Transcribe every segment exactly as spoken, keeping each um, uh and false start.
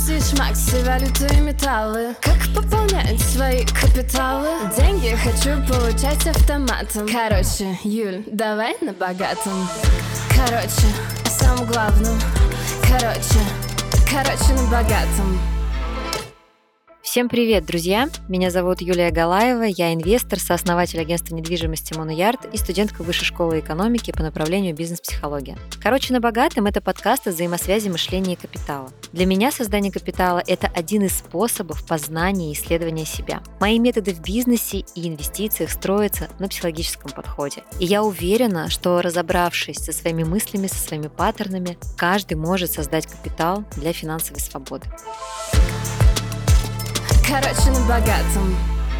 Акции, шмакси, валюты и металлы. Как пополнять свои капиталы? Деньги хочу получать автоматом. Короче, Юль, давай на богатом. Короче, о самом главном. Короче, короче, на богатом. Всем привет, друзья! Меня зовут Юлия Галаева, я инвестор, сооснователь агентства недвижимости Моноярд и студентка Высшей школы экономики по направлению бизнес-психология. Короче, на богатом – это подкаст о взаимосвязи мышления и капитала. Для меня создание капитала – это один из способов познания и исследования себя. Мои методы в бизнесе и инвестициях строятся на психологическом подходе. И я уверена, что, разобравшись со своими мыслями, со своими паттернами, каждый может создать капитал для финансовой свободы. Короче, на богатом.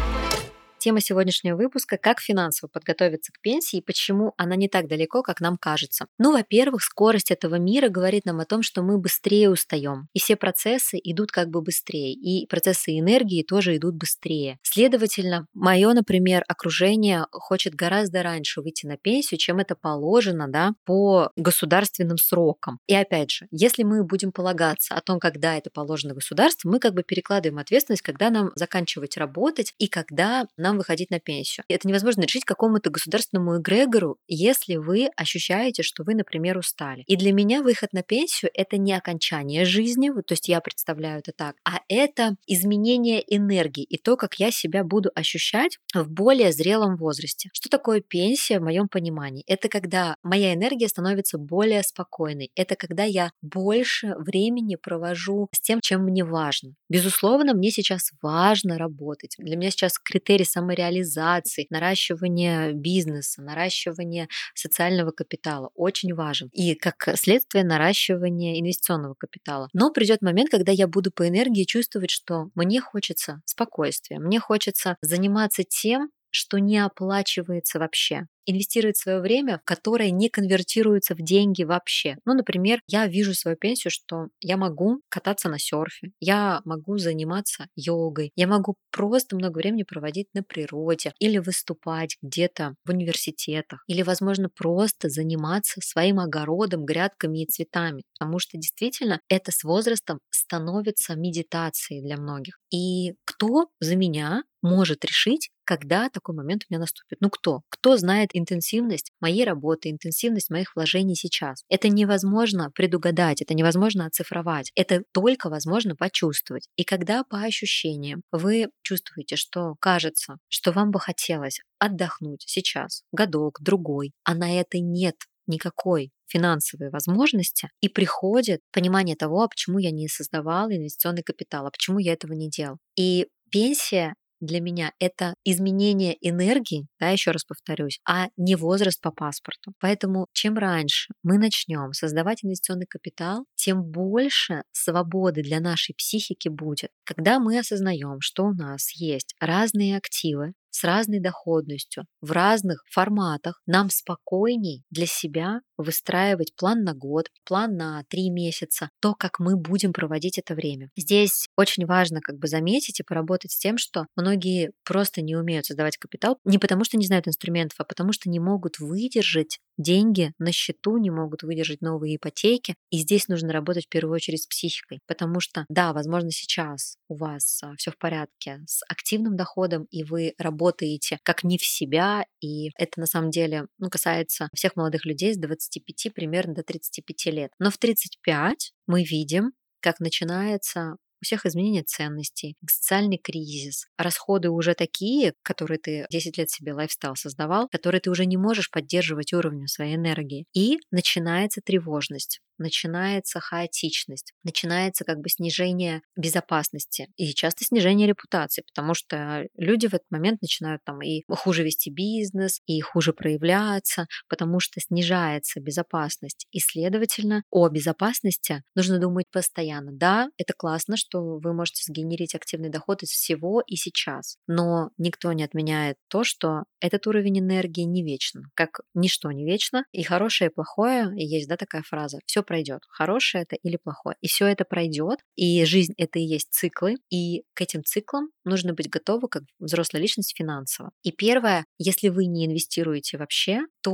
Тема сегодняшнего выпуска – как финансово подготовиться к пенсии и почему она не так далеко, как нам кажется. Ну, во-первых, скорость этого мира говорит нам о том, что мы быстрее устаем, и все процессы идут как бы быстрее, и процессы энергии тоже идут быстрее. Следовательно, мое, например, окружение хочет гораздо раньше выйти на пенсию, чем это положено, да, по государственным срокам. И опять же, если мы будем полагаться о том, когда это положено государству, мы как бы перекладываем ответственность, когда нам заканчивать работать и когда нам выходить на пенсию. Это невозможно решить какому-то государственному эгрегору, если вы ощущаете, что вы, например, устали. И для меня выход на пенсию – это не окончание жизни, то есть я представляю это так, а это изменение энергии и то, как я себя буду ощущать в более зрелом возрасте. Что такое пенсия в моем понимании? Это когда моя энергия становится более спокойной. Это когда я больше времени провожу с тем, чем мне важно. Безусловно, мне сейчас важно работать. Для меня сейчас критерий самореализации, наращивание бизнеса, наращивание социального капитала очень важен. И как следствие наращивание инвестиционного капитала. Но придет момент, когда я буду по энергии чувствовать, что мне хочется спокойствия, мне хочется заниматься тем, что не оплачивается вообще. Инвестировать свое время, которое не конвертируется в деньги вообще. Ну, например, я вижу свою пенсию, что я могу кататься на серфе, я могу заниматься йогой, я могу просто много времени проводить на природе или выступать где-то в университетах, или, возможно, просто заниматься своим огородом, грядками и цветами, потому что действительно это с возрастом становится медитацией для многих. И кто за меня может решить, когда такой момент у меня наступит? Ну кто? Кто знает интенсивность моей работы, интенсивность моих вложений сейчас? Это невозможно предугадать, это невозможно оцифровать. Это только возможно почувствовать. И когда по ощущениям вы чувствуете, что кажется, что вам бы хотелось отдохнуть сейчас, годок, другой, а на это нет никакой финансовой возможности, и приходит понимание того, а почему я не создавал инвестиционный капитал, а почему я этого не делал. И пенсия для меня это изменение энергии, да, еще раз повторюсь, а не возраст по паспорту. Поэтому чем раньше мы начнем создавать инвестиционный капитал, тем больше свободы для нашей психики будет. Когда мы осознаем, что у нас есть разные активы с разной доходностью, в разных форматах, нам спокойней для себя выстраивать план на год, план на три месяца, то, как мы будем проводить это время. Здесь очень важно как бы заметить и поработать с тем, что многие просто не умеют создавать капитал не потому, что не знают инструментов, а потому что не могут выдержать деньги на счету, не могут выдержать новые ипотеки. И здесь нужно работать в первую очередь с психикой, потому что, да, возможно, сейчас у вас все в порядке с активным доходом, и вы работаете как не в себя, и это на самом деле ну, касается всех молодых людей с двадцати пяти примерно до тридцати пяти лет. Но в тридцать пять мы видим, как начинается у всех изменение ценностей, социальный кризис, расходы уже такие, которые ты десять лет себе лайфстайл создавал, которые ты уже не можешь поддерживать уровнем своей энергии. И начинается тревожность. Начинается хаотичность, начинается как бы снижение безопасности и часто снижение репутации, потому что люди в этот момент начинают там и хуже вести бизнес, и хуже проявляться, потому что снижается безопасность. И, следовательно, о безопасности нужно думать постоянно. Да, это классно, что вы можете сгенерить активный доход из всего и сейчас, но никто не отменяет то, что этот уровень энергии не вечен, как ничто не вечно, и хорошее, и плохое, и есть, да, такая фраза, все пройдет, хорошее это или плохое. И все это пройдет, и жизнь это и есть циклы, и к этим циклам нужно быть готовы как взрослая личность финансово. И первое, если вы не инвестируете вообще, то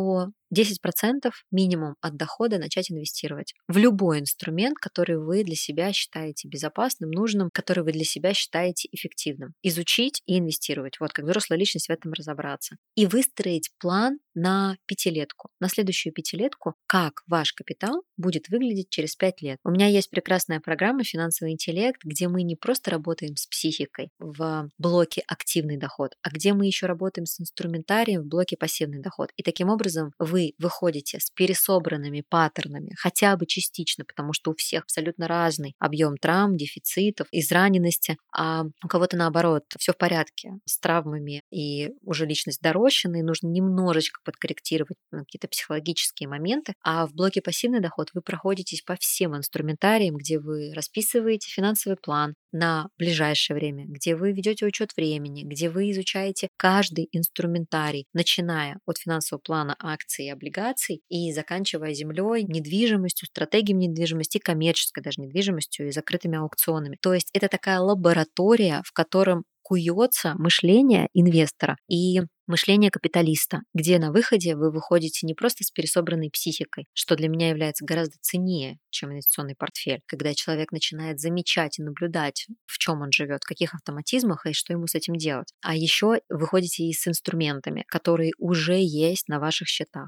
десять процентов минимум от дохода начать инвестировать в любой инструмент, который вы для себя считаете безопасным, нужным, который вы для себя считаете эффективным. Изучить и инвестировать. Вот как взрослая личность в этом разобраться. И выстроить план на пятилетку. На следующую пятилетку, как ваш капитал будет выглядеть через пять лет. У меня есть прекрасная программа «Финансовый интеллект», где мы не просто работаем с психикой в блоке «Активный доход», а где мы еще работаем с инструментарием в блоке «Пассивный доход». И таким образом вы выходите с пересобранными паттернами, хотя бы частично, потому что у всех абсолютно разный объем травм, дефицитов, израненности, а у кого-то наоборот все в порядке с травмами и уже личность дорощенная, и нужно немножечко подкорректировать какие-то психологические моменты. А в блоке «Пассивный доход» вы проходитесь по всем инструментариям, где вы расписываете финансовый план на ближайшее время, где вы ведете учет времени, где вы изучаете каждый инструментарий, начиная от финансового плана акций и облигаций и заканчивая землей, недвижимостью, стратегией недвижимости, коммерческой даже недвижимостью и закрытыми аукционами. То есть это такая лаборатория, в котором куется мышление инвестора и мышление капиталиста, где на выходе вы выходите не просто с пересобранной психикой, что для меня является гораздо ценнее, чем инвестиционный портфель, когда человек начинает замечать и наблюдать, в чем он живет, в каких автоматизмах и что ему с этим делать. А еще выходите и с инструментами, которые уже есть на ваших счетах.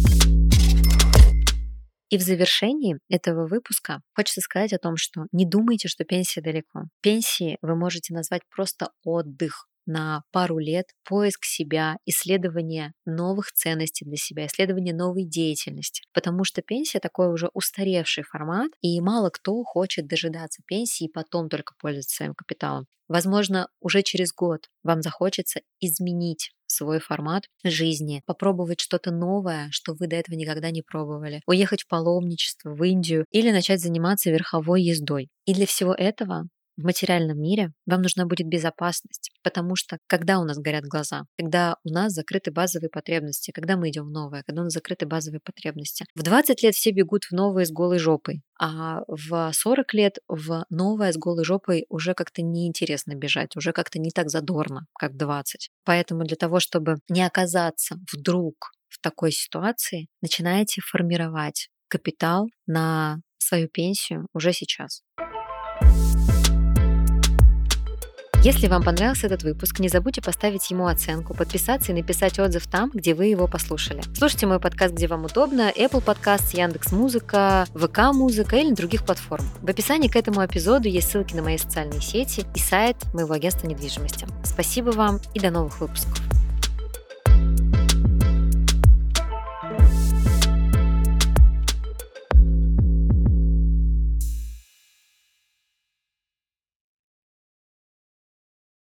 И в завершении этого выпуска хочется сказать о том, что не думайте, что пенсия далеко. Пенсии вы можете назвать просто отдых на пару лет, поиск себя, исследование новых ценностей для себя, исследование новой деятельности. Потому что пенсия такой уже устаревший формат, и мало кто хочет дожидаться пенсии и потом только пользоваться своим капиталом. Возможно, уже через год вам захочется изменить свой формат жизни, попробовать что-то новое, что вы до этого никогда не пробовали, уехать в паломничество, в Индию или начать заниматься верховой ездой. И для всего этого в материальном мире вам нужна будет безопасность, потому что когда у нас горят глаза, когда у нас закрыты базовые потребности, когда мы идем в новое, когда у нас закрыты базовые потребности. В двадцать лет все бегут в новое с голой жопой, а в сорок лет в новое с голой жопой уже как-то неинтересно бежать, уже как-то не так задорно, как в двадцать. Поэтому для того, чтобы не оказаться вдруг в такой ситуации, начинайте формировать капитал на свою пенсию уже сейчас. Если вам понравился этот выпуск, не забудьте поставить ему оценку, подписаться и написать отзыв там, где вы его послушали. Слушайте мой подкаст, где вам удобно: Apple Podcast, Яндекс.Музыка, ВК-музыка или других платформ. В описании к этому эпизоду есть ссылки на мои социальные сети и сайт моего агентства недвижимости. Спасибо вам и до новых выпусков.